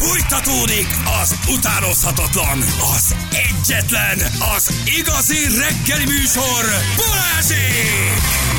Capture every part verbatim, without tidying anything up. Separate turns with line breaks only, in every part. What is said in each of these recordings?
Fújtatódik az utánozhatatlan, az egyetlen, az igazi reggeli műsor, Balázsék!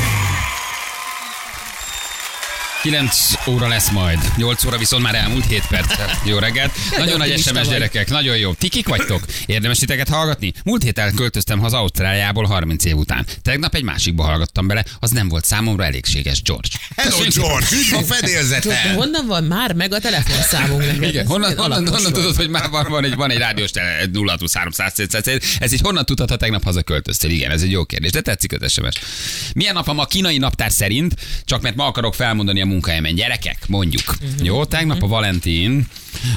kilenc óra lesz majd. nyolc óra viszont már elmúlt hét perc. Jó reggelt. Nagyon nagy es em es gyerekek, nagyon jó. Ti kik vagytok? Érdemes titeket hallgatni? Múlt héten költöztem haza Ausztráliából harminc év után. Tegnap egy másikba hallgattam bele, az nem volt számomra elégséges, George.
Hello George, üdv a fedélzeten!
Honnan van már meg a telefonszámunk neked?
Igen, honnan, honnan, honnan tudod, hogy már van, van egy, van egy rádiós tele, nulla huszonhárom száz ez így honnan tudod, ha tegnap haza költöztél? Igen, ez egy jó kérdés, de tetszik az es em es. Milyen nap a kínai naptár szerint, csak mert ma akarok felmondani a munkahelyemen. Gyerekek, mondjuk. Uh-huh. Jó, tegnap a Valentin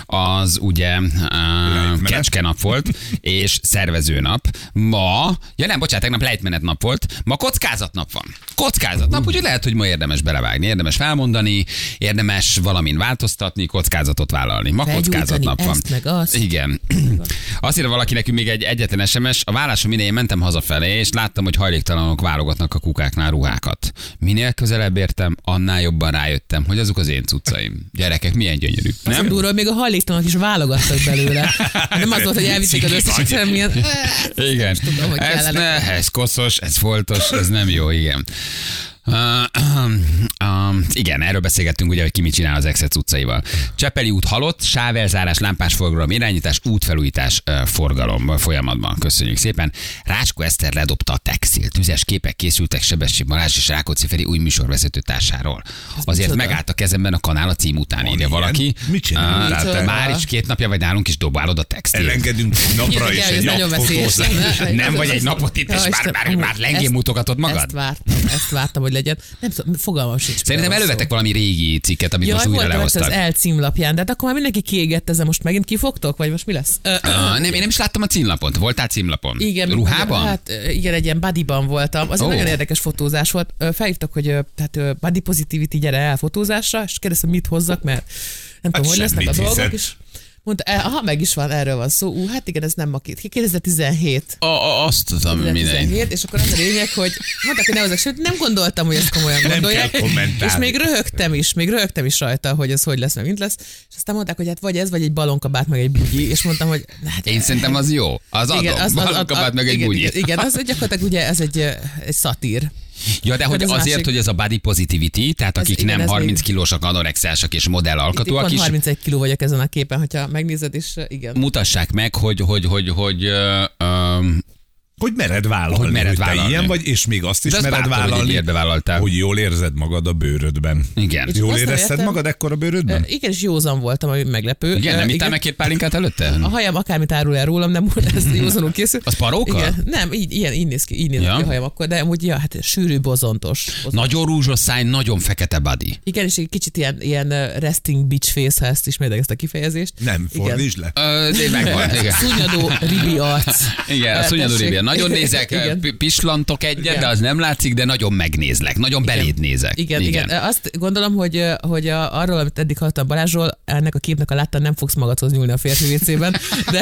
az ugye uh, kecskenap volt, és szervezőnap. Ma, ja nem, bocsánat, tegnap lejtmenetnap volt, ma kockázatnap van. Kockázatnap, úgyhogy lehet, hogy ma érdemes belevágni, érdemes felmondani, érdemes valamin változtatni, kockázatot vállalni. Ma kockázatnap van.
Meg azt.
Igen. Azt írja valaki nekünk még egy egyetlen es em es, a vállásom idején mentem hazafelé, és láttam, hogy hajléktalanok válogatnak a kukáknál ruhákat. Minél közelebb értem, annál jobban rájöttem, hogy azok az én cuccaim. Gyerekek, milyen gyönyörű.
Nem? Az durva, még a hajléktalanok is válogattak belőle. Nem az volt, hogy elviszik az összes, hanem milyen...
Igen.
Tudom, hogy
ez, ne, ez koszos, ez foltos, ez nem jó, igen. Uh, uh, uh, igen, erről beszélgettünk ugye, hogy ki mit csinál az exet utcaival. Csepeli út halott, sávelzárás, lámpás forgalom, irányítás, útfelújítás uh, forgalom folyamatban. Köszönjük szépen. Rácskó Eszter ledobta a textil. Tüzes képek készültek Sebestyén Balázs és Rákóczi Feri új műsorvezető társáról. Azért megállt a kezemben a kanál a cím után, írja ilyen? Valaki.
Mit csinál?
Uh, már is két napja vagy nálunk is dobálod a textil.
Elengedünk napra is egy napfotózás.
Nem vagy egy napot itt, és már, már, már lengén mutogatod magad?
Ezt vártam, ezt vártam, hogy legyen. Nem tudom, fogalmam sincs.
Szerintem elővetek valami régi cikket, amit
Jaj,
most újra lehoztak.
Az El címlapján, de hát akkor már mindenki kiégett ezen, most megint kifogtok, vagy most mi lesz? Uh,
uh, nem, én nem is láttam a címlapot. Voltál címlapon?
Igen.
Ruhában?
Hát igen, egy ilyen bodyban voltam. Az oh. egy nagyon érdekes fotózás volt. Felhívtak, hogy tehát body positivity, gyere el fotózásra, és kérdeztem, mit hozzak, mert nem hát tudom, hogy lesznek a dolgok, és mondta, aha, meg is van, erről van szó. Ú, hát igen, ez nem ma két. kétezer-tizenhét.
A, a, azt tudom, minden.
És akkor az a lényeg, hogy mondták, hogy ne hozzak, sőt, nem gondoltam, hogy ezt komolyan gondolják. És még röhögtem is, még röhögtem is rajta, hogy ez hogy lesz, meg mint lesz. És aztán mondták, hogy hát vagy ez, vagy egy balonkabát, meg egy bugyi. És mondtam, hogy hát,
én szerintem az jó. Az igen, adom. Az, balonkabát, meg egy
igen,
bugyi.
Igen, igen, az gyakorlatilag ugye ez egy, egy szatír.
Ja, de hogy azért, másik... hogy ez a body positivity, tehát ez, akik igen, nem harminc kilósak, anorexiásak és modell alkatúak is.
harmincegy kiló vagyok ezen a képen, hogyha megnézed is, igen.
Mutassák meg, hogy, hogy, hogy, hogy uh, um,
hogy mered vállalni, hogy, mered hogy vállalni. Te ilyen vagy, és még azt is de mered vállalni, hogy, hogy jól érzed magad a bőrödben.
Igen.
Jól érezted értem, magad ekkor a bőrödben?
Igen, és józan voltam, ami meglepő.
Igen, nem ittál meg két pálinkát előtte?
A hajam akármit árul el rólam, nem ez józanul készül.
Az paróka?
Igen, nem, így, ilyen, így néz ki, így néz ja. ki a hajam akkor, de amúgy, ja, hát sűrű, bozontos. bozontos.
Nagyon rúzsos száj, nagyon fekete body.
Igen, és egy kicsit ilyen, ilyen resting bitch face, ha ezt ismerjük ezt a kifejezést.
Nem, fordítsd le.
Ö, megvan, igen.
Szúnyadó ribi arc.
Igen, a szúnyadó ribi. Nagyon nézek. Pislantok egyet, igen. De az nem látszik, de nagyon megnézlek, nagyon igen. beléd nézek.
Igen, igen, igen. Azt gondolom, hogy, hogy a, arról, amit eddig hallottam Balázsról, ennek a képnek a láttán nem fogsz magadhoz nyúlni a férfi vécében, de,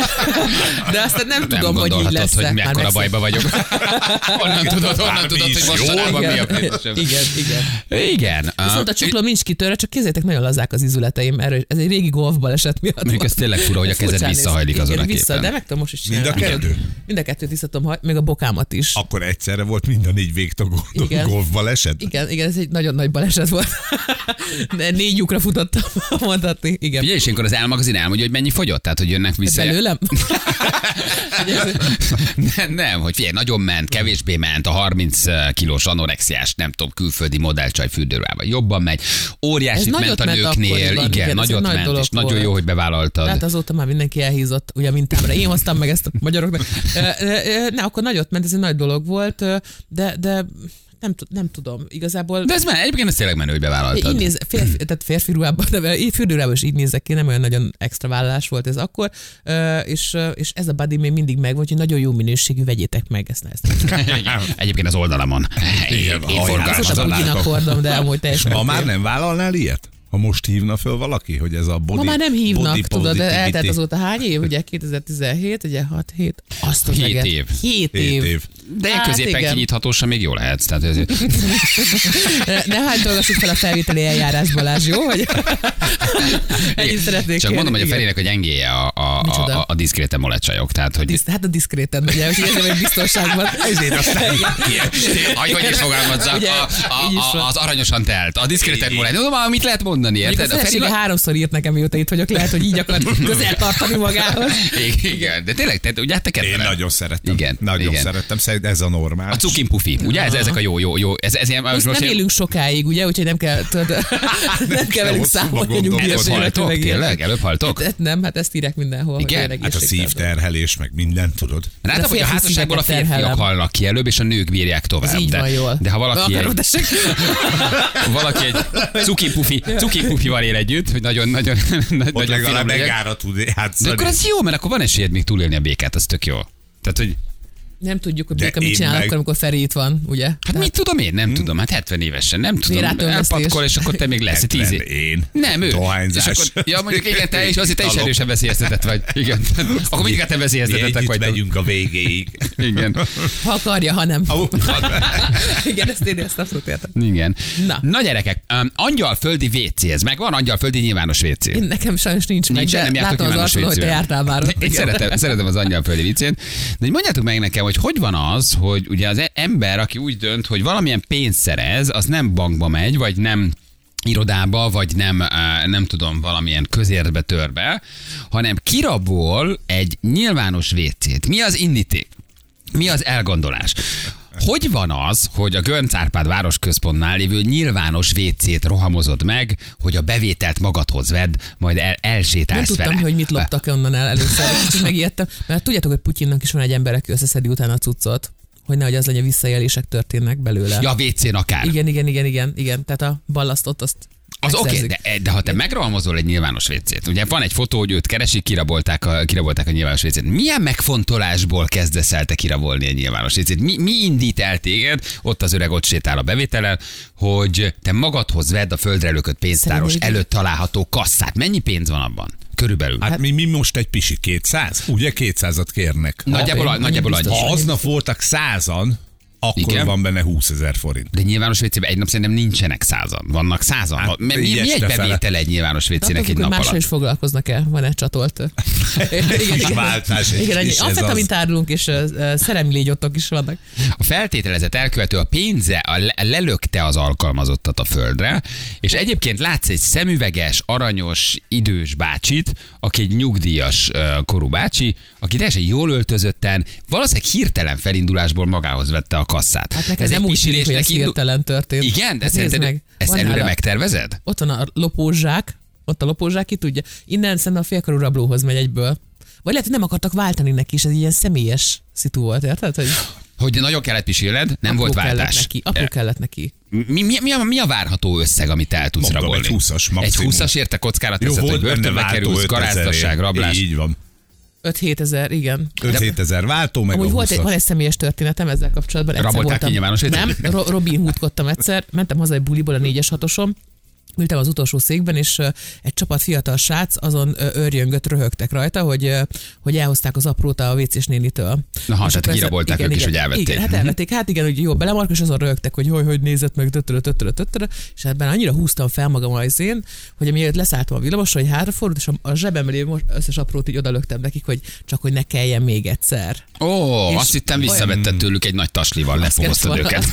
de azt nem, nem tudom, hogy így lesz.
hogy mekkora bajba vagyok. Honnan tudod, honnan tudod, hogy mostanában mi a kérdésem.
Igen, igen.
Igen.
Viszont a csuklóm nincs kitörve, csak kézzétek, nagyon lazák az izületeim. Erről, ez egy régi golfbaleset miatt.
Még ez tényleg fura, hogy a kezed visszahajlik azon a képen.
De meg tudom most is
csinálni. Mind a kettő?
Mind a kettőt visszatom, még a bokámat is.
Akkor egyszerre volt mind a négy végtagú golfbaleset?
Igen, igen, ez egy nagyon nagy baleset volt. De négy lyukra futottam, mondhatni. Igen.
Figyelj, és ilyenkor az elmagazin elmondja, hogy mennyi fogyott? Tehát, hogy jönnek vissza.
Belőlem?
nem, nem, hogy figyelj, nagyon ment, kevésbé ment a harminc kilós anorexiás, nem tudom, külföldi modellcsaj fürdőruhában. Jobban megy. Óriási ment a nőknél. Igen, igen, nagyot nagy ment, és nagyon jó, hogy bevállaltad.
Tehát azóta már mindenki elhízott, ugye mintámra. Én hoztam meg ezt a magyaroknak. Ne, akkor nagyot ment, ez egy nagy dolog volt, de, de nem, nem tudom, igazából...
De ez már egyébként ez tényleg menő, hogy bevállaltad.
Így néz, férfi, tehát férfi ruhában, de fürdőruhában is így nézek ki, nem olyan nagyon extra vállalás volt ez akkor, és, és ez a body még mindig meg volt, hogy nagyon jó minőségű, vegyétek meg ezt. ezt.
Egyébként az oldalamon.
Én forgás az a hordom, de amúgy teljesen...
Ma már nem vállalnál ilyet? Ha most hívna föl valaki, hogy ez a body...
Ma már nem hívnak, tudod, eltelt azóta hány év, ugye kétezer-tizenhét, ugye hat hét, azt az
hét év.
hét év.
év. De hát középen igen. Kinyithatósan még jól lehetsz. Tehát ez...
ne, ne hánytolgassuk fel a felvételi eljárás, Balázs, jó? Hogy... Ennyit szeretnék
Csak
kérni.
mondom, hogy a Ferinek a gyengéje a, a, a, a, a diszkréten molecsajok. Tehát, hogy...
Diszt, hát a diszkréten, ugye, hogy érzem, hogy biztonságban.
Ezért aztán
Hogy hogy is fogalmazzak, a, a, a, az aranyosan telt. A diszkréten molecsajok. Tudom, mit lehet mondani, érted?
A felesége háromszor írt nekem, mióta itt vagyok, lehet, hogy így akar közel tartani magához.
Igen, de tényleg, te, ugye te kedveled.
Én nagyon szeretem.
Igen,
nagyon
igen.
szeretem, szerintem ez a normál.
A cukinpufi, ugye? Ez, ezek a jó, jó, jó. Ez, ez ilyen,
most, most nem élünk sokáig, ugye? Úgyhogy nem kell, tudod, nem kell velünk számolni a nyugdíjas
életről. Tényleg? Előbb haltok?
Hát nem, hát ezt írják mindenhol.
Igen?
Hát a szívterhelés, meg minden, tudod.
Látom, hogy a házasságból a férfiak halnak ki előbb, és a nők bírják tovább.
Ez így van jól.
De ha valaki egy, valaki egy cukinpufi, cukinpufival él együtt, hogy nagyon-nagyon
hogy legalább megára tud játszani.
De akkor az jó, mert akkor van esélyed még túlélni a békát, az tök jó. Tehát, hogy
nem tudjuk, hogy Béka mit csinál meg... akkor, amikor Feri itt van, ugye?
Hát Tehát... mit tudom én? Nem hmm. tudom. Hát hetven évesen, nem tudom. Elpatkol, és akkor te még lesz tíz év.
Én.
Nem, ő.
Dohányzás.
És akkor, ja, mondjuk igen, te is, azért te is erősen veszélyeztetett vagy. Igen. Akkor mindig te veszélyeztetettek vagy.
Megyünk a végéig.
Igen.
Ha akarja, ha nem. Igen, ezt én ezt abszolút értem.
Igen. Na. Na gyerekek, um, angyalföldi vé cé, ez meg van angyalföldi nyilvános vé cé.
Én nekem sajnos nincs meg, de látom az arcon, hogy te jártál már.
Én szeretem, szeretem az angyalföldi vé cét. De mondjátok meg nekem, hogy hogy van az, hogy ugye az ember, aki úgy dönt, hogy valamilyen pénzt szerez, az nem bankba megy, vagy nem irodába, vagy nem, nem tudom, valamilyen közértbe tör be, hanem kirabol egy nyilvános vé cét. Mi az indíték? Mi az elgondolás? Hogy van az, hogy a Görnc Árpád városközpontnál lévő nyilvános vé cét rohamozod meg, hogy a bevételt magadhoz vedd, majd el, elsétálsz
vele? Nem tudtam, hogy mit loptak onnan el először. Kicsit megijedtem, mert tudjátok, hogy Putyinnak is van egy ember, aki összeszedi utána a cuccot, hogy nehogy az legyen, visszaélések történnek belőle.
Ja, a vé cén akár.
Igen, igen, igen, igen, igen. Tehát a ballasztot azt
az oké, okay, de, de ha te megrohamozol egy nyilvános vé cét, ugye van egy fotó, hogy őt keresik, kirabolták a, kirabolták a nyilvános vé cét. Milyen megfontolásból kezdesz el te kirabolni egy nyilvános vé cét? Mi, mi indít el téged, ott az öreg ott sétál a bevételen, hogy te magadhoz vedd a földre lökött pénztáros előtt található kasszát. Mennyi pénz van abban? Körülbelül.
Hát mi, mi most egy pisi kétszáz? Ugye kétszázat kérnek.
Nagyjából, ha, nagyjából annyi.
Ha aznap voltak százan, akkor igen? Van benne húszezer forint.
De nyilvános vé cében egy nap szerintem nincsenek százan. Vannak százan. Hát, mi, mi egy bevétel egy nyilvános vé cének egy nap alatt?
Máshol is foglalkoznak el, van egy csatolt.
igen, váltás.
Igen, amfetamint árulunk, és uh, szerelmi légyottok is vannak.
A feltételezett elkövető a pénze a le- lelökte az alkalmazottat a földre, és egyébként látsz egy szemüveges, aranyos, idős bácsit, aki egy nyugdíjas uh, korú bácsi, aki teljesen jól öltözötten, valószínűleg hirtelen felindulásból magához vette a kasszát.
Hát neked ez nem úgy tűnik, hogy ez hirtelen történt.
Igen, de szerinted meg, ezt előre megtervezed?
Ott van a lopózsák, ott a lopózsák, ki tudja. Innen szerintem a félkarú rablóhoz megy egyből. Vagy lehet, hogy nem akartak váltani neki, és ez ilyen személyes szitu volt, érted? Hogy,
hogy nagyon kellett pisilned, nem
apró
volt váltás.
Kellett neki, apró e. kellett neki.
Mi, mi, mi, a, mi a várható összeg, amit el tudsz Mondom, rabolni?
Egy húszas maximum.
Egy húszas érte kockára teszed, hogy börtönbe kerülsz, garázdaság, rablás.
Így van.
öt-hét ezer, igen.
öt-hét ezer váltó, meg
amúgy
a
volt egy, van egy személyes történetem ezzel kapcsolatban. Egyszer
rabolták ki nyilvános vé cét?
Nem, Ro- Robin Hoodkodtam egyszer, mentem haza egy buliból a négyes hatosom, ültem az utolsó székben, és egy csapat fiatal srác azon őrjöngött, röhögtek rajta, hogy, hogy elhozták az aprót a vécés nénitől.
Na, hát kirabolták ők is, hogy elvették.
Igen, hát elvették, hát igen, hogy jó, belemark, és azon röhögtek, hogy hogy, hogy nézett meg, tötörö, tötörö, tötörö, és ebben annyira húztam fel magam az én, hogy amiért leszálltam a villamosra, hogy hátrafordult, és a zsebemben lévő összes aprót így odalöktem nekik, hogy csak hogy ne kelljen még egyszer.
Ó, és azt hittem visszavetted tőlük egy nagy taslival, lepomoztad őket.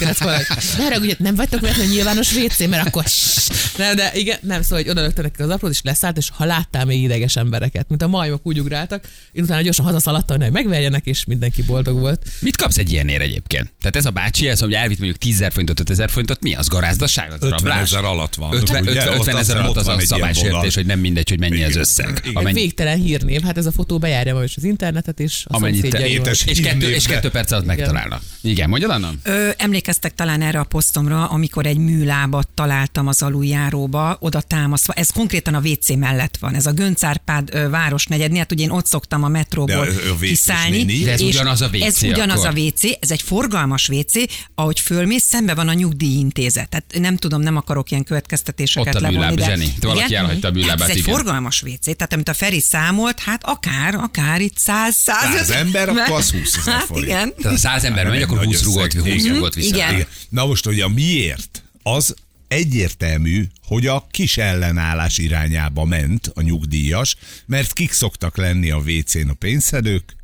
Ne nem vagytok véletlenül nyilvános vé cé, mert akkor nem, de igen, nem, szóval, hogy odalöktem nekik az aprót, és leszállt, és ha láttál még ideges embereket, mint a majmok úgy ugráltak, én utána gyorsan hazaszaladtam, hogy megverjenek, és mindenki boldog volt.
Mit kapsz egy ilyenért egyébként? Tehát ez a bácsi, ez, hogy elvitt mondjuk tízezer forintot, ötezer forintot, mi az garázdaság? Az
ötven ezer alatt van.
ötven ezer alatt az a szabálysértés, hogy nem mindegy, hogy mennyi az összeg.
Amennyi... Végtelen hírnév, hát ez a fotó bejárja majd az internetet, és a
szomszédjai. És kettő, és kettő perc alatt megtalálnak. Igen, mondjad, Anna?
Emlékeztek talán erre a posztomra, amikor egy műlábat találtam az aluljáró metróba oda támasztva, ez konkrétan a vé cé mellett van, ez a Göncz Árpád városnegyednél, hát ugye én ott szoktam a metróból kiszállni.
De ez ugyanaz a vé cé.
Ez ugyanaz
akkor.
a vé cé, ez egy forgalmas vé cé, ahogy fölmész, szembe van a nyugdíjintézet. Tehát nem tudom, nem akarok ilyen következtetéseket levonni.
Ott a bűláb, Zseni. Valaki elhagyta a bűlábát,
hát ez egy
igen.
forgalmas vé cé, tehát amit a Feri számolt, hát akár, akár itt száz, száz.
Száz ember, akkor az húszezer
hát
forint.
igen.
Tehát a száz ember megy, akkor húsz rugott, húsz rugott vissza.
Igen.
Igen. Na most, hogy a miért, az egyértelmű, hogy a kis ellenállás irányába ment a nyugdíjas, mert kik szoktak lenni a vé cén a pénzszedők?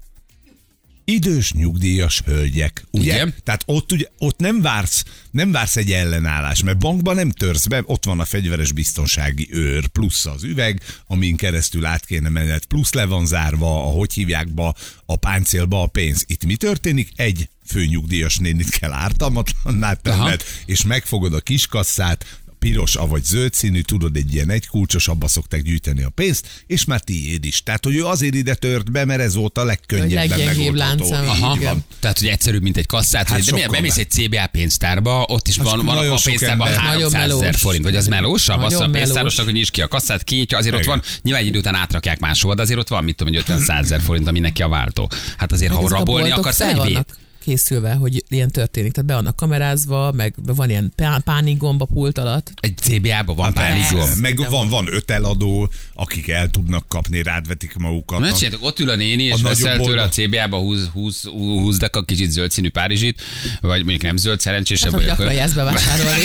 Idős nyugdíjas hölgyek, ugye?
Igen.
Tehát ott, ugye, ott nem vársz, nem vársz egy ellenállás, mert bankban nem törsz be, ott van a fegyveres biztonsági őr, plusz az üveg, amin keresztül át kéne menned, plusz le van zárva, a hogy hívják be, a páncélba a pénz. Itt mi történik? Egy főnyugdíjas nénit kell ártalmatlanná tenned, és megfogod a kiskasszát, piros, avagy zöld színű, tudod, egy ilyen egykulcsos, abba szokták gyűjteni a pénzt, és már tiéd is. Tehát, hogy ő azért ide tört be, mert ez volt a legkönnyebben megoldható.
Tehát, hogy egyszerűbb, mint egy kasszát.
Hát
de miért bemész egy cé bé á pénztárba, ott is van, van a pénztárban háromszázezer forint, vagy az melósabb, azt a pénztárosnak, hogy nyisd ki a kasszát, kinyitja, azért ott van, nyilván egy idő után átrakják máshova, de azért ott van, mit tudom, hogy ötven-százezer forint, ami neki a váltó. Hát azért, ha rabolni akarsz, egy
készülve, hogy ilyen történik. Tehát be vannak kamerázva, meg van ilyen pánikgomb a pult alatt.
Egy cé bé á-ban van pánikgomb.
Meg van, van öt eladó, akik el tudnak kapni, rádvetik magukat.
Na, csináljátok, ott ül a néni, és veszel tőle a cé bé á-ba húsz, húsz, húsz a kicsit zöld színű Párizsit, vagy mondjuk nem zöld, szerencsésebb.
Hát, hogy gyakran jársz bevásárolni.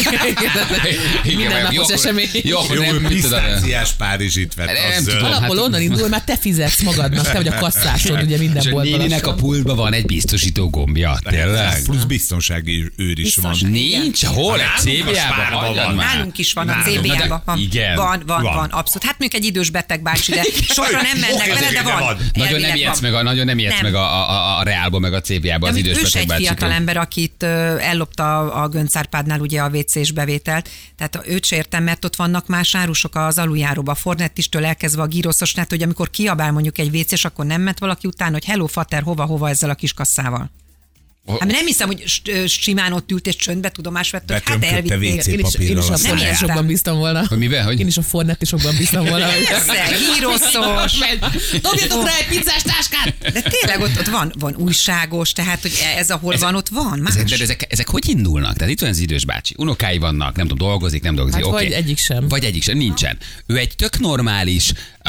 Minden napos esemény.
Jó, jó, pisztáciás Párizsit vett.
Alapból onnan indul, már te fizetsz magadnak, te vagy a kasszásod, ugye minden boltban.
És a néninek a pultban van egy biztosító gombja. Tényleg?
Plusz biztonsági őr is van.
Nincs, hol? Egy cé bé á-ban van.
Nálunk is van a cé bé á-ban. Van,
igen.
Van, van, van, abszolút. Hát mondjuk egy idős beteg bácsi, de sokra nem mennek vele, de van.
Nagyon nem ijedsz meg, a, nagyon nem ijedsz meg a, a, a Reálba, meg a cé bé á-ba az idős beteg bácsi.
Ő egy fiatal ember, akit ellopta a Göncz Árpádnál ugye a vé cés bevételt. Tehát őt se értem, mert ott vannak más árusok az aluljáróba. A Fornettistől elkezdve a gyroszosnál, hogy amikor kiabál mondjuk egy vé cés, akkor nem ment valaki utána, hogy hello fater, hova, hova ezzel a kis kasszával. Hát nem hiszem, hogy simán ott ült és csöndbe tudomást vett, hogy hát elvitték.
Én is, én is a fornettisokban bíztam volna.
Hogy mivel, hogy?
Én is a fornettisokban bíztam volna.
Híroszos.
Dobjatok rá egy pizzás táskát!
De tényleg ott, ott van, van újságos, tehát hogy ez ahol van, ott van más.
Ezek, de ezek, ezek hogy indulnak? Tehát itt van az idős bácsi, unokái vannak, nem tudom, dolgozik, nem dolgozik.
Hát
okay.
vagy egyik sem.
Vagy egyik sem, nincsen. Ő egy tök normális,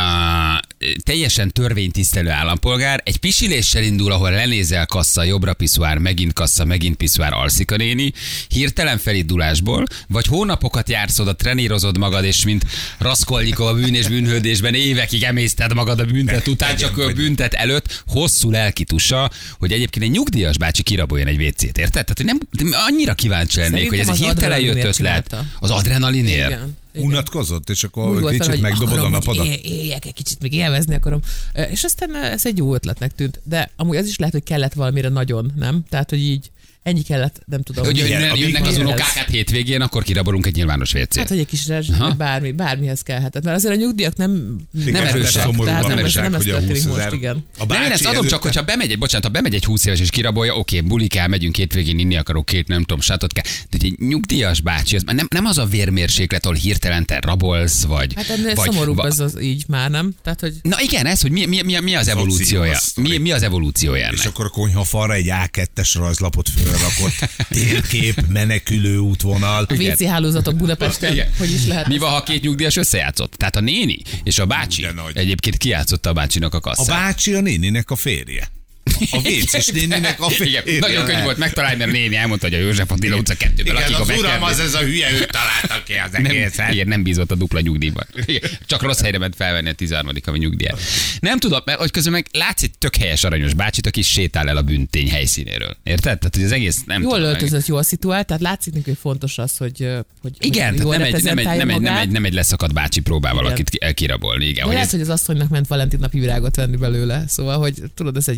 uh, teljesen törvénytisztelő állampolgár, egy pisiléssel indul, ahol lenézel kassa, jobbra piszuár, megint kassa, megint piszuár, alszik a néni, hirtelen felindulásból, vagy hónapokat jársz oda, trenírozod magad, és mint Raskolnikov a bűn és bűnhődésben évekig emészted magad a büntet után, csak a büntet előtt hosszú lelkitusa, hogy egyébként egy nyugdíjas bácsi kiraboljon egy vécét, érted? Tehát, hogy nem, annyira kíváncsi lennék, hogy ez egy hirtelen jött ötlet. Az adrenalinért.
Igen.
Unatkozott, és akkor kicsit fel, megdobod a napodat.
Éljek egy kicsit, még élvezni akarom. És aztán ez egy jó ötletnek tűnt. De amúgy az is lehet, hogy kellett valamire nagyon, nem? Tehát, hogy így ennyi kellett, nem tudom.
Hogy jönnek, jönnek az unokák hát hétvégén, akkor kirabolunk egy nyilvános vécét.
Hát, hogy egy kis rezs, bármi, bármihez kellhetett. Mert azért a nyugdíjak nem,
nem erősek.
Tehát nem erősek, nem ez történik most, igen.
Nem, én ezt adom csak, hogyha bemegy egy, bocsánat, ha bemegy egy húsz éves és kirabolja, oké, buli kell, megyünk hétvégén, inni akarok két, nem tudom, sátot kell. De egy nyugdíjas bácsi, az nem, nem az a vérmérséklet, ahol hirtelen te rabolsz, vagy...
Hát ennél szomorúbb az, az így már, nem? Tehát, hogy...
Na igen, ez, hogy mi, mi, mi, mi az evolúciója. Mi, mi az evolúciója ennek?
És akkor a konyhafalra egy á kettes rajzlapot fölrakott. Térkép, menekülő útvonal.
A vé cé hálózatok Budapesten, igen. Hogy is lehet.
Mi van, ha két nyugdíjas összejátszott? Tehát a néni és a bácsi egyébként kijátszotta a bácsinak a kasszát.
A bácsi a néninek a férje. A vécés néninek a férje.
Igen, nagyon könnyű volt megtalálni, mert a néni elmondta, hogy a József Attila utca kettőből.
Igen, az uram, az ez a hülye, ő találta ki az egészet.
Igen, nem bízott a dupla nyugdíjban. Csak rossz helyre ment felvenni a tizenharmadik havi nyugdíjat. Nem tudom, mert hogy közben meg látsz egy tök helyes aranyos bácsit, aki sétál el a bűntény helyszínéről. Érted? Tehát, hogy az egész nem
jól
tudom,
öltözött, jól szituált, tehát látszik neki, hogy fontos az, hogy, hogy
igen,
hogy
tehát nem egy, nem, egy, nem, egy, nem, egy, nem egy leszakadt bácsi próbál valakit kirabolni. Igen,
lehet, ez... hogy az asszonynak ment Valentin napi virágot venni belőle. Szóval, hogy tudod, ez egy ilyen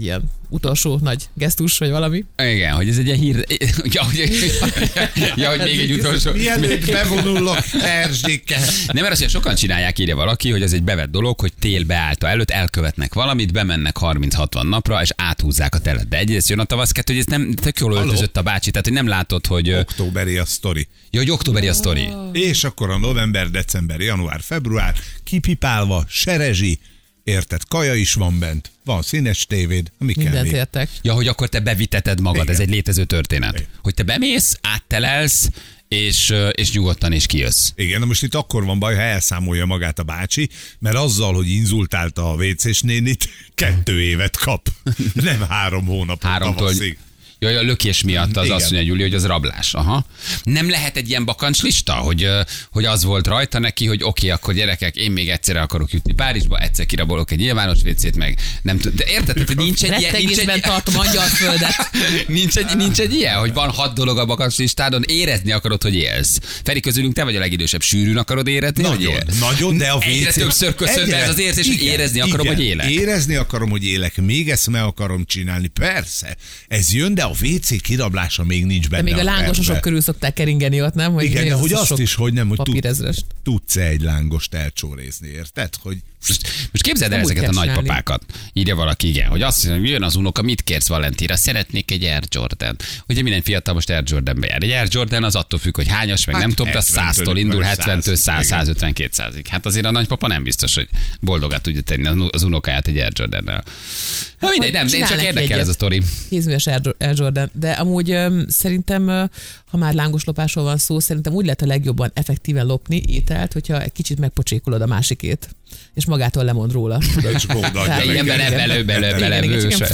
utolsó nagy gesztus, vagy valami.
Igen, hogy ez egy ilyen hír... Ja, hogy, ja, hogy még egy utolsó...
Mielőtt bevonulok, Erzsike.
Nem, mert azt, hogy sokan csinálják, írja valaki, hogy ez egy bevett dolog, hogy tél beállta előtt, elkövetnek valamit, bemennek harminc-hatvan napra, és áthúzzák a telet. De egyrészt jön a tavasz, kettő, hogy ez nem tök jól öltözött a bácsi, tehát hogy nem látod, hogy...
Októberi a sztori.
Ja, hogy októberi a sztori.
És akkor a november, december, január, február kipipálva, serezsi, érted, kaja is van bent, van színes tévéd, mi kell
Mindent
még?
értek.
Ja, hogy akkor te beviteted magad,
Igen.
ez egy létező történet.
Igen.
Hogy te bemész, áttelelsz, és, és nyugodtan is kijössz.
Igen, na most itt akkor van baj, ha elszámolja magát a bácsi, mert azzal, hogy inzultálta a vécés nénit, kettő évet kap. Nem három hónap
Háromtól...
tavaszig.
Jaj, a lökés miatt az
Igen.
azt mondja, Gyuri, hogy az rablás. Aha. Nem lehet egy ilyen bakancslista, hogy, ö, hogy az volt rajta neki, hogy oké, okay, akkor gyerekek, én még egyszerre akarok jutni Párizsba, egyszer kirabolok egy nyilvános vécét, meg nem tud. De érted, hogy nincs egy ilyen... Nincs
Rettegésben
egy,
tartom angyalföldet.
nincs, egy, nincs egy ilyen, hogy van hat dolog a bakancslistádon, érezni akarod, hogy élsz. Feri, közülünk te vagy a legidősebb, sűrűn akarod érezni, hogy
Nagyon,
élsz?
nagyon, de a
Egyre
vécé...
többször köszön be ez az érzés, hogy
Igen,
érezni akarom,
igen.
hogy élek.
Érezni akarom, hogy élek, még ezt meg akarom csinálni. Persze, ez jön, de a vécé kirablása még nincs
De
benne.
még a lángososok
tervbe.
körül szokták keringeni ott, nem? Hogy
Igen,
mi
de
az
hogy
a
azt
sok
is, hogy nem, hogy tud,
papírezrest.
tudsz-e egy lángost elcsórézni, érted? Hogy
Most, most képzeld el
Nem úgy
ezeket a
kell csinálni.
nagypapákat. Írja valaki, igen, hogy azt mondja, jön az unoka, mit kérsz Valentinra? Szeretnék egy Air Jordan. Ugye minden fiatal most Air Jordanbe jár. Egy Air Jordan az attól függ, hogy hányas, meg
Hát
nem tudom, de száztól indul, hetventől száz,
igen.
százötven, kétszázig. Hát azért a nagypapa nem biztos, hogy boldogát tudja tenni az unokáját egy Air Jordannel. Na mindegy, nem, de én
Csinál
csak
neki
érdekel
egyet.
ez a sztori.
Kézműves Air Air Jordan. De amúgy öm, szerintem, ö, ha már lángoslopásról van szó, szerintem úgy lehet a legjobban effektíven lopni ételt, hogyha egy kicsit megpocsékolod a másikét, és magától lemond róla.
és odaadja
Tehát-
Igen,
neked.
bele, belő, belő,
Igen,
bele,
igen,
bőse.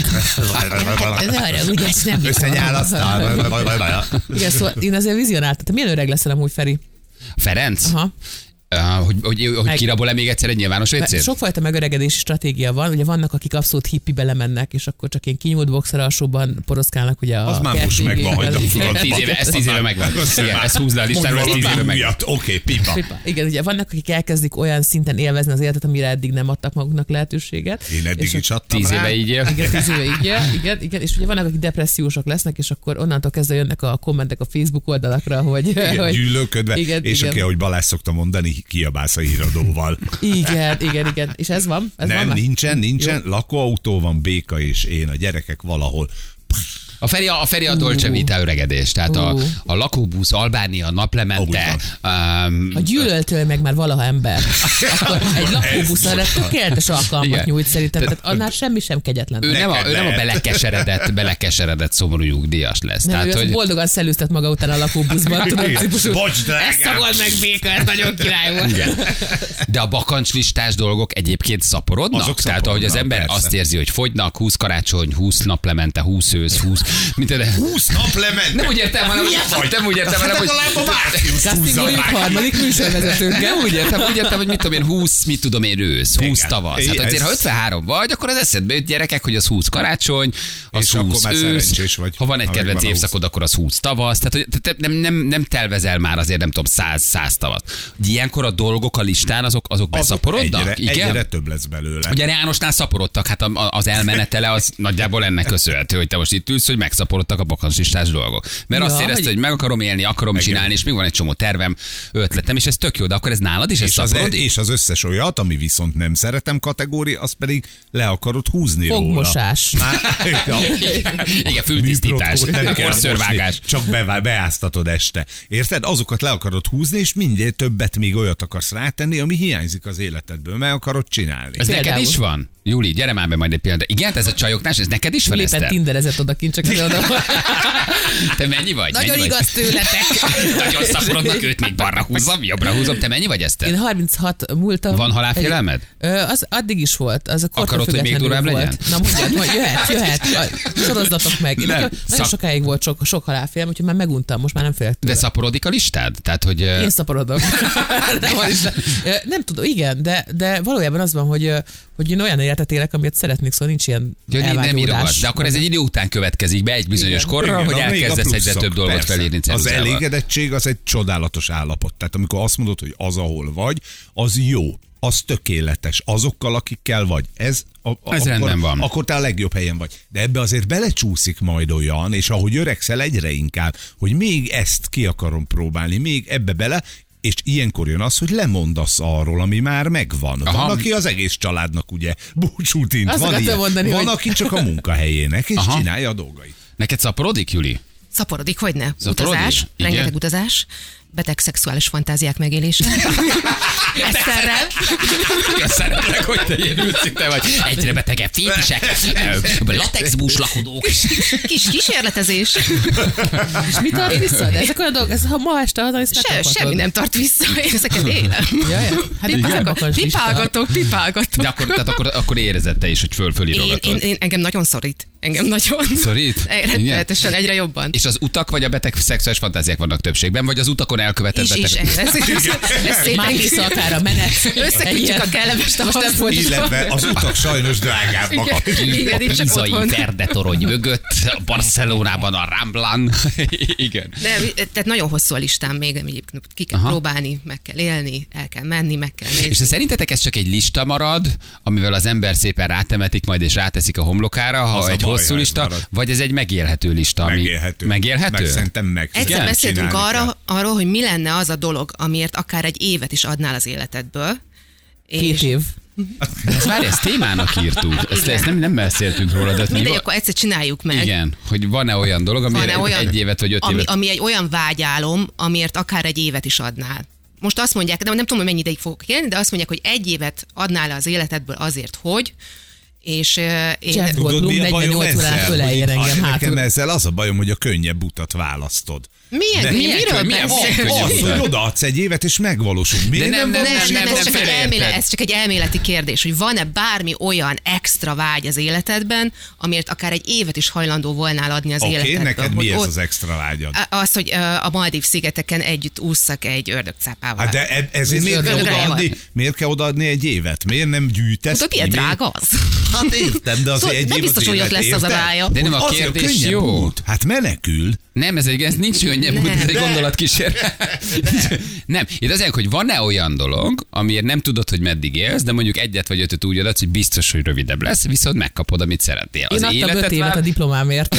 Ne haragudj, ezt nem
Összenyál aztán.
Igen, szóval én azért vizionáltam. Te milyen öreg leszel amúgy, Feri?
Ferenc?
Aha.
Uh, hogy, hogy, hogy
Meg-
kirabol-e még egyszer egy nyilvános vécét?
Sokfajta megöregedési stratégia van. Ugye vannak, akik abszolút hippi belemennek, és akkor csak ilyen kinyúlt boxer alsóban poroszkálnak ugye a
Az már most
kert
megvan,
végéig.
hagyd a
Igen,
furatba.
tíz éve, ez tíz éve megvan. Igen, ez húzd le a listáról, ez tíz éve megvan.
Miatt, oké, pipa.
Pipa. Igen, ugye vannak, akik elkezdik olyan szinten élvezni az életet, amire eddig nem adtak maguknak lehetőséget.
Én eddig
És
is adtam
Tíz
rá.
éve így él.
Igen, tíz éve így él, igen, igen, és ugye vannak, akik depressziósok lesznek, és akkor onnantól kezdve jönnek a kommentek a Facebook oldalakra, hogy...
Igen,
hogy
gyűlölködve,
igen,
és
igen.
aki, ahogy Balázs szokta mondani, kiabálsz a híradóval.
Igen, igen, igen. És ez van? Ez van
Nem,
már?
nincsen, nincsen. Lakóautó van, Béka és én, a gyerekek valahol.
A Feri a, a, Feri a Dolce Vita öregedés, tehát a,
Uh.
a lakóbusz, Albánia, naplemente, um,
Ha gyűlöltől meg már valaha ember, akkor egy lakóbusz arra tökéletes alkalmat
Igen.
nyújt szerintem. Tehát annál semmi sem kegyetlen.
ő nem, a, ő nem a
lehet.
belekeseredett, belekeseredett szomorú nyugdíjas lesz.
Nem,
Tehát,
ő az
hogy
boldogan szellőztet maga után a lakóbuszban, tudod,
Igen.
típusú.
Bocs, drágám.
Ezt szagold meg, Béka, ez nagyon király volt.
igen. De a bakancslistás dolgok egyébként szaporodnak?
Azok
Tehát ahogy az
szaporodnak,
ember
persze.
azt érzi, hogy fogynak, húsz karácsony, húsz naplemente, húsz ősz, húsz... Mint de...
húsz nap lement.
Nem úgy értem, hanem, hogy nem úgy értem, hanem, hogy...
Castingoljuk harmadik műsorvezetőnkkel.
Nem úgy értem, úgy értem, hogy mit tudom én, húsz, mit tudom én, ősz, húsz
Igen.
tavasz. Hát
Igen,
azért,
ez-
ha ötvenhárom vagy, akkor az eszedbe jut gyerekek, hogy az húsz karácsony, az
És akkor
húsz
már
ősz,
szerencsés vagy,
ha van egy
ha
kedvenc
megvan a húsz.
évszakod, akkor az húsz tavasz. Tehát hogy te nem, nem, nem telvezel már azért, nem tudom, száz, száz tavasz. Ilyenkor a dolgok a listán, azok, azok beszaporodnak?
Egyre,
Igen?
egyre több lesz belőle.
Ugye Jánosnál szaporodtak, hát a- az elmenetele az nagyjából ennek köszönhető, hogy te most itt ülsz, hogy megszaporodtak a bakancslistás dolgok. Mert
Ja,
azt érezted,
hogy-
hogy meg akarom élni, akarom
Igen.
csinálni, és még van egy csomó tervem, ötletem, és ez tök jó, de akkor ez nálad is, ez
És az,
szaporodik?
és az összes olyat, ami viszont nem szeretem kategória, az pedig le akarod húzni
Fogmosás.
róla. Már, ja.
Igen, fültisztítás,
Műprotkót nem kell
korszörvágás.
mosni, csak be, beáztatod este. Érted? Azokat le akarod húzni, és mindjárt többet még olyat akarsz rátenni, ami hiányzik az életedből, meg akarod csinálni.
Ez neked
Például.
is van? Júli, gyere már be majd egy pillanat. Igen, ez a csajoknás, ez neked is van,
Éppen
Eszter?
tinderezett odakint, csak az oda.
Te mennyi vagy?
Nagyon
Mennyi
igaz
vagy?
tőletek.
Nagyon szaporodnak, őt még balra húzom, jobbra húzom. Te mennyi vagy, Eszter?
Én harminchat múltam.
Van halálfélelmed?
Ö, Az addig is volt. Az a kortól
Akarod, hogy még
függetlenül
durvább
volt.
legyen?
Na mondjad, mondj, jöhet, jöhet. A- Sorozzatok meg. Én
Nem,
nekem nagyon
szak-
sokáig volt sok, sok halálfélelem, úgyhogy már meguntam, most már nem félek
De
tőle.
szaporodik a listád? Tehát, hogy... ö,
Én szaporodok. nem, az is- Ö, nem tudom, igen, de, de valójában az van, hogy, ö, hogy én olyan életet élek, amit szeretnék, szóval nincs ilyen
Ja, nem
elvágyódás.
írogat, de akkor ez egy idő után következik be egy bizonyos
Igen.
korra, hogy
Igen, még a
elkezdesz egyre
pluszok,
több dolgot
persze.
felírni
Az
ceruzával.
elégedettség az egy csodálatos állapot. Tehát amikor azt mondod, hogy az, ahol vagy, az jó. az tökéletes. Azokkal, akikkel vagy. Ez, a, a,
Ez
akkor,
rendben van.
Akkor te a legjobb helyen vagy. De ebbe azért belecsúszik majd olyan, és ahogy öregszel egyre inkább, hogy még ezt ki akarom próbálni, még ebbe bele, és ilyenkor jön az, hogy lemondasz arról, ami már megvan. Aha. Van, aki az egész családnak ugye búcsút int.
Azt
Van, ilyen.
mondani,
Van
hogy...
aki csak a munkahelyének, és Aha. csinálja a dolgait.
Neked szaporodik, Juli?
Szaporodik, hogyne?
Szaporodik?
Utazás,
Igen.
rengeteg utazás, beteg szexuális fantáziák megélése. Egyszerrel.
Szeretlek, hogy te ilyen ülszinte vagy. Egyre betegebb fétisek, latexbús lakodók.
Kis kísérletezés.
És mi tart vissza? De ezek olyan dolgok, ez, ha ma este haza, ezt
Se, semmi nem tart vissza, én ezeket élem.
Jaj, hát
Pipálgatok, pipálgatok, pipálgatok.
De akkor, tehát akkor, akkor érezed te is, hogy föl
Én,
fölírogatod.
én, én, engem nagyon szorít. Engem nagyon.
Szorít?
Rettenetesen, egyre jobban.
És az utak vagy a beteg szexuális fantáziák vannak többségben, vagy az utakon elkövetett
Is,
beteg...
is, ez, ez, ez szépen
már vissza akár a menet.
összekötjük a kellemes
Most nem folytatjuk.
Illetve az utak sajnos drágábbak.
Igen,
a
így csak
pizai
otthon.
Verde torony mögött, a Barcelonában a Ramblan. Igen.
De, tehát nagyon hosszú a listám még, amit ki kell
Aha.
próbálni, meg kell élni, el kell menni, meg kell nézni.
És szerintetek ez csak egy lista marad, amivel az ember szépen rátemetik majd és ráteszik a homlokára, ha
Az a
egy
baj,
hosszú
ha ez
lista,
marad.
vagy ez egy megélhető lista? Ami...
Megélhető.
Megélhető?
Meg szerintem meg.
Egyszer
Igen,
beszéltünk
csinálni
arra,
kell.
arról, hogy mi lenne az a dolog, amiért akár egy évet is adnál az életedből.
Két év.
Ez várj, ezt témának írtuk. Ezt, ezt nem, nem beszéltünk róla. De
Mindegy,
mi...
akkor egyszer csináljuk meg.
Igen, hogy van-e olyan dolog, amire
Van-e olyan,
egy évet vagy öt
ami,
évet...
ami egy olyan vágyálom, amiért akár egy évet is adnál. Most azt mondják, de nem tudom, hogy mennyi ideig fogok élni, de azt mondják, hogy egy évet adnál az életedből azért, hogy, és uh, én...
Jeff Goldblum negyvennyolc órán öleljen engem
Nekem
hátul.
ezzel az a bajom, hogy a könnyebb utat választod.
Milyen,
De-
mi,
Milyen
miről
könny- milyen
beszélsz?
könnyebb
Az,
utat?
hogy odaadsz egy évet, és megvalósul. Miért
nem,
nem,
nem,
valósul
Nem,
nem,
ez,
nem,
csak egy
félreérted.
elmélet, ez csak egy elméleti kérdés, hogy van-e bármi olyan extra vágy az életedben, amiért akár egy évet is hajlandó volnál adni az
Oké,
életedből.
neked mi
hogy
ez
ott-
az extra vágyad?
Az, hogy ö, a Maldív szigeteken együtt ússzak egy ördögcápával.
Hát de e- ezért miért kell,
Ördögrájával.
odaadni, miért kell odaadni egy évet? Miért nem gyűjtesz?
Tudod, milyen
ki? Miért-
drága az?
Hát értem, de azért
Szóval
egy
nem
év
biztos,
az
hogy ott
élet,
lesz az a
érted?
rája.
De nem a
Azért
kérdés
könnyebb
jó.
út. Hát menekül.
Nem, ez egy ez nincs könnyebb,
Nem.
út, ez egy
De.
gondolatkísérlet. Nem, itt azért, hogy van-e olyan dolog, amiért nem tudod, hogy meddig élsz, de mondjuk egyet vagy ötöt úgy adsz, hogy biztos, hogy rövidebb lesz, viszont megkapod, amit szeretnél.
Én adtam öt évet
vár-
a diplomámért.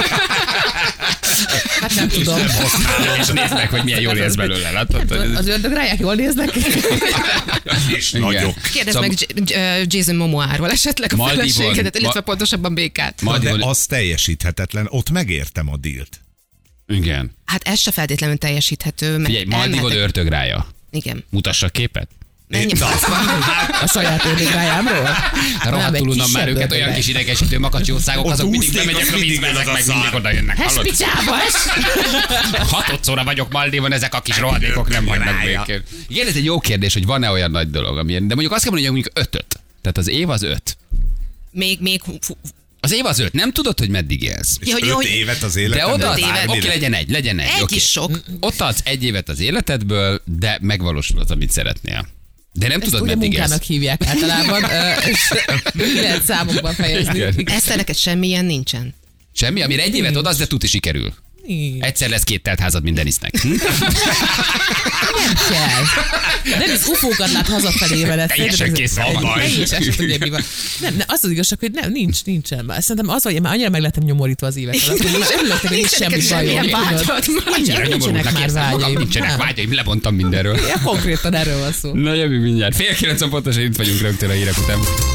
Hát nem tudom.
és nézd meg, hogy milyen jól élsz belőle. Látod?
Az ördögráják jól néznek ki?
És
Igen.
nagyok.
Kérdezd
Szóval-
meg J- J- Jason Momoáról esetleg a
Maldívon-
feleségedet, illetve
Ma-
pontosabban békát.
Na, de
Maldívon-
az teljesíthetetlen. Ott megértem a dílt.
Igen.
Hát ez se feltétlenül teljesíthető, mert
Figyelj, Maldívon
elmehetek-
ördögrája.
Igen.
Mutassa a képet.
Menjünk
Na.
A saját ördögrájámról?
Rohadtul unom már őket, olyan
ördögráj.
kis idegesítő makacsiországok,
Ott
azok mindig
úsznék,
bemegyek
az
a
mindig
vízbe,
az
ezek
a
meg mindig
szár.
oda jönnek.
Ez
Hallod?
picsába es!
Hatodszorra vagyok Maldívon, ezek a kis rohadékok nem hagynak
Rája.
békén. Igen, ez egy jó kérdés, hogy van-e olyan nagy dolog, amilyen, de mondjuk azt kell mondani, hogy mondjuk ötöt. Tehát az év az öt.
Még, még, fú,
Az év az öt. Nem tudod, hogy meddig élsz.
És
Ja, hogy-
öt
hogy-
évet az
De
életedben.
oda,
öt évet.
oké, legyen egy, legyen egy.
egy
oké.
is sok.
Ott adsz egy évet az életedből, de megvalósul az, amit szeretnél. De nem
Ezt
tudod,
ugye
meddig élsz.
munkának hívják általában, ö, és ki lehet számokban fejezni.
Igen.
Ezt neked semmilyen nincsen.
Semmi, amire egy évet odasz, de tuti sikerül.
Nincs.
Egyszer lesz két telt házad minden isznek. Hm?
Nem kell. Nem is ufókat lát hazafelé veled.
Teljesen kész a baj.
Teljesen se tudja, mi van. Nem, nem, az az igazság, hogy nem, nincs, nincsen. Már Szerintem az, hogy én már annyira meg lettem nyomorítva az évek alatt, hogy most örülök, hogy nincs semmi
neked
bajom.
semmilyen
tudod.
vágyad.
Annyira
Nincsenek
nyomorultnak
már
érzem magam,
vágyaim.
nincsenek
Nem.
vágyaim, lebontam mindenről.
Ja, konkrétan erről van szó.
Na jövő mindjárt. Fél kilenc pontosan itt vagyunk rögtön a hírek után.